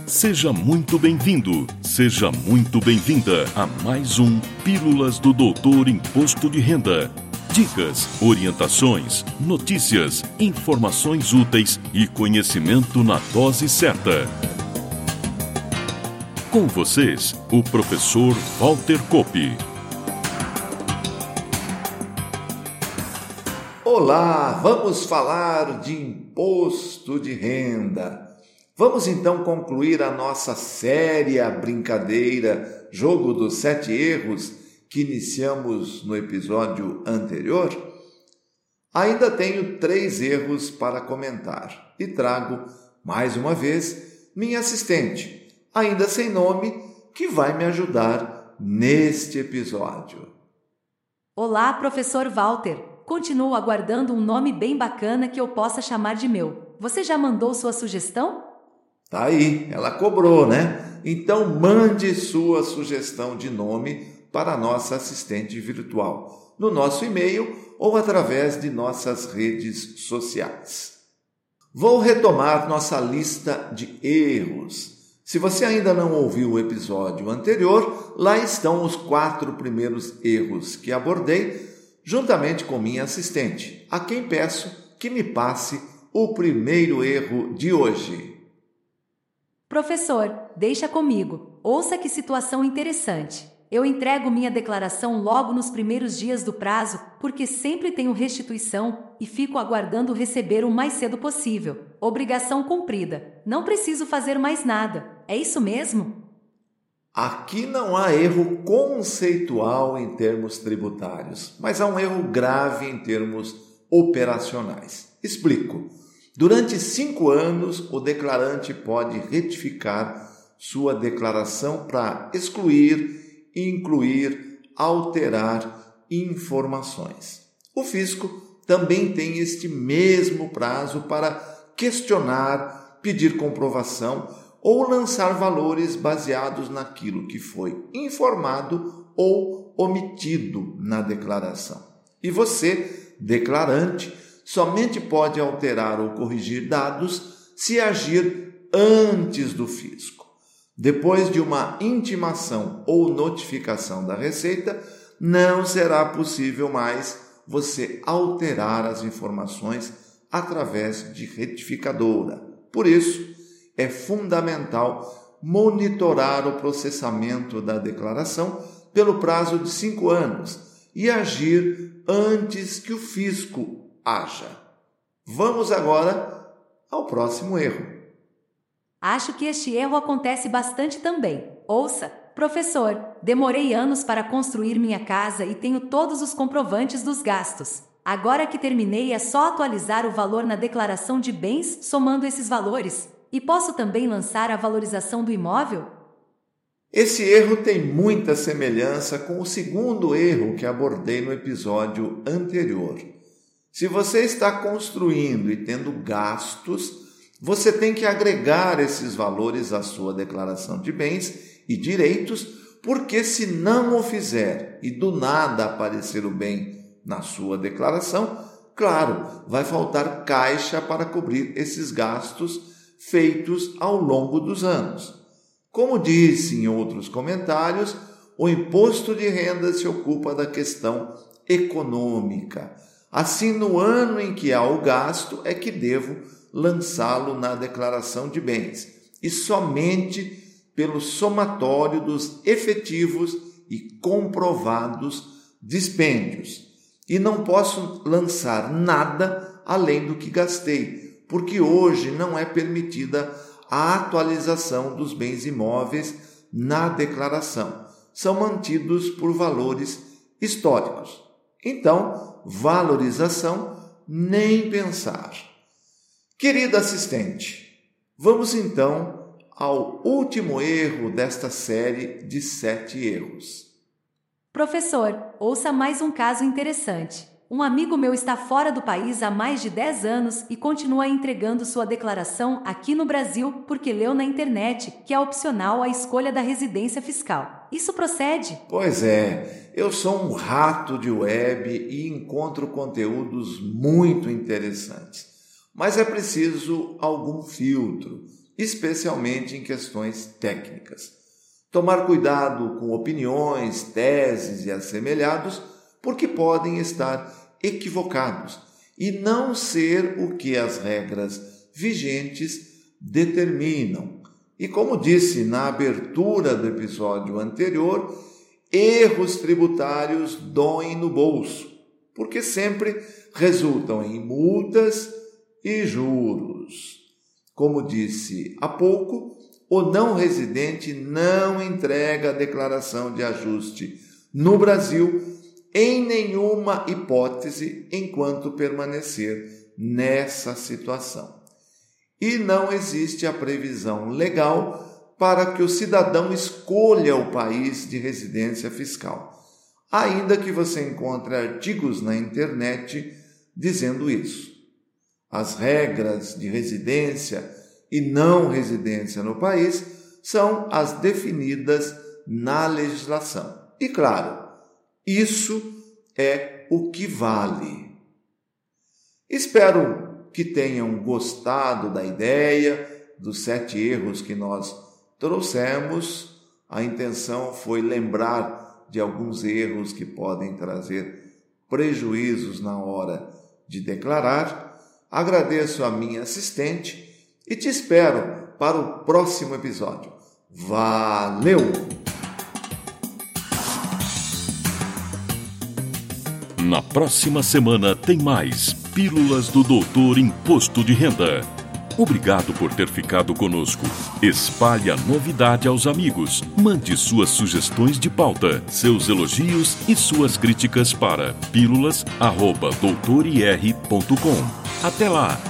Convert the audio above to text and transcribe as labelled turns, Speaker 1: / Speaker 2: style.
Speaker 1: Seja muito bem-vindo, seja muito bem-vinda a mais um Pílulas do Doutor Imposto de Renda. Dicas, orientações, notícias, informações úteis e conhecimento na dose certa. Com vocês, o professor Walter Coppi.
Speaker 2: Olá, vamos falar de imposto de renda. Vamos então concluir a nossa séria brincadeira Jogo dos 7 Erros que iniciamos no episódio anterior? Ainda tenho 3 erros para comentar e trago, mais uma vez, minha assistente, ainda sem nome, que vai me ajudar neste episódio.
Speaker 3: Olá, professor Walter. Continuo aguardando um nome bem bacana que eu possa chamar de meu. Você já mandou sua sugestão?
Speaker 2: Tá aí, ela cobrou, né? Então mande sua sugestão de nome para a nossa assistente virtual, no nosso e-mail ou através de nossas redes sociais. Vou retomar nossa lista de erros. Se você ainda não ouviu o episódio anterior, lá estão os 4 primeiros erros que abordei, juntamente com minha assistente, a quem peço que me passe o primeiro erro de hoje.
Speaker 3: Professor, deixa comigo. Ouça que situação interessante. Eu entrego minha declaração logo nos primeiros dias do prazo, porque sempre tenho restituição e fico aguardando receber o mais cedo possível. Obrigação cumprida. Não preciso fazer mais nada. É isso mesmo?
Speaker 2: Aqui não há erro conceitual em termos tributários, mas há um erro grave em termos operacionais. Explico. Durante 5 anos, o declarante pode retificar sua declaração para excluir, incluir, alterar informações. O fisco também tem este mesmo prazo para questionar, pedir comprovação ou lançar valores baseados naquilo que foi informado ou omitido na declaração. E você, declarante, somente pode alterar ou corrigir dados se agir antes do fisco. Depois de uma intimação ou notificação da Receita, não será possível mais você alterar as informações através de retificadora. Por isso, é fundamental monitorar o processamento da declaração pelo prazo de 5 anos e agir antes que o fisco haja. Vamos agora ao próximo erro.
Speaker 3: Acho que este erro acontece bastante também. Ouça, professor, demorei anos para construir minha casa e tenho todos os comprovantes dos gastos. Agora que terminei é só atualizar o valor na declaração de bens somando esses valores. E posso também lançar a valorização do imóvel?
Speaker 2: Esse erro tem muita semelhança com o segundo erro que abordei no episódio anterior. Se você está construindo e tendo gastos, você tem que agregar esses valores à sua declaração de bens e direitos, porque se não o fizer e do nada aparecer o bem na sua declaração, claro, vai faltar caixa para cobrir esses gastos feitos ao longo dos anos. Como disse em outros comentários, o imposto de renda se ocupa da questão econômica. Assim, no ano em que há o gasto, é que devo lançá-lo na declaração de bens, e somente pelo somatório dos efetivos e comprovados dispêndios. E não posso lançar nada além do que gastei, porque hoje não é permitida a atualização dos bens imóveis na declaração. São mantidos por valores históricos. Então, valorização, nem pensar. Querida assistente, vamos então ao último erro desta série de 7 erros.
Speaker 3: Professor, ouça mais um caso interessante. Um amigo meu está fora do país há mais de 10 anos e continua entregando sua declaração aqui no Brasil porque leu na internet que é opcional a escolha da residência fiscal. Isso procede?
Speaker 2: Pois é, eu sou um rato de web e encontro conteúdos muito interessantes. Mas é preciso algum filtro. especialmente em questões técnicas. Tomar cuidado com opiniões, teses e assemelhados, porque podem estar equivocados e não ser o que as regras vigentes determinam. E como disse na abertura do episódio anterior, erros tributários doem no bolso, porque sempre resultam em multas e juros. Como disse há pouco, o não residente não entrega a declaração de ajuste no Brasil em nenhuma hipótese enquanto permanecer nessa situação. E não existe a previsão legal para que o cidadão escolha o país de residência fiscal, ainda que você encontre artigos na internet dizendo isso. As regras de residência e não residência no país são as definidas na legislação. E claro, isso é o que vale. Espero que tenham gostado da ideia, dos 7 erros que nós trouxemos. A intenção foi lembrar de alguns erros que podem trazer prejuízos na hora de declarar. Agradeço a minha assistente e te espero para o próximo episódio. Valeu!
Speaker 1: Na próxima semana tem mais Pílulas do Doutor Imposto de Renda. Obrigado por ter ficado conosco. Espalhe a novidade aos amigos. Mande suas sugestões de pauta, seus elogios e suas críticas para pílulas@doutorir.com. Até lá!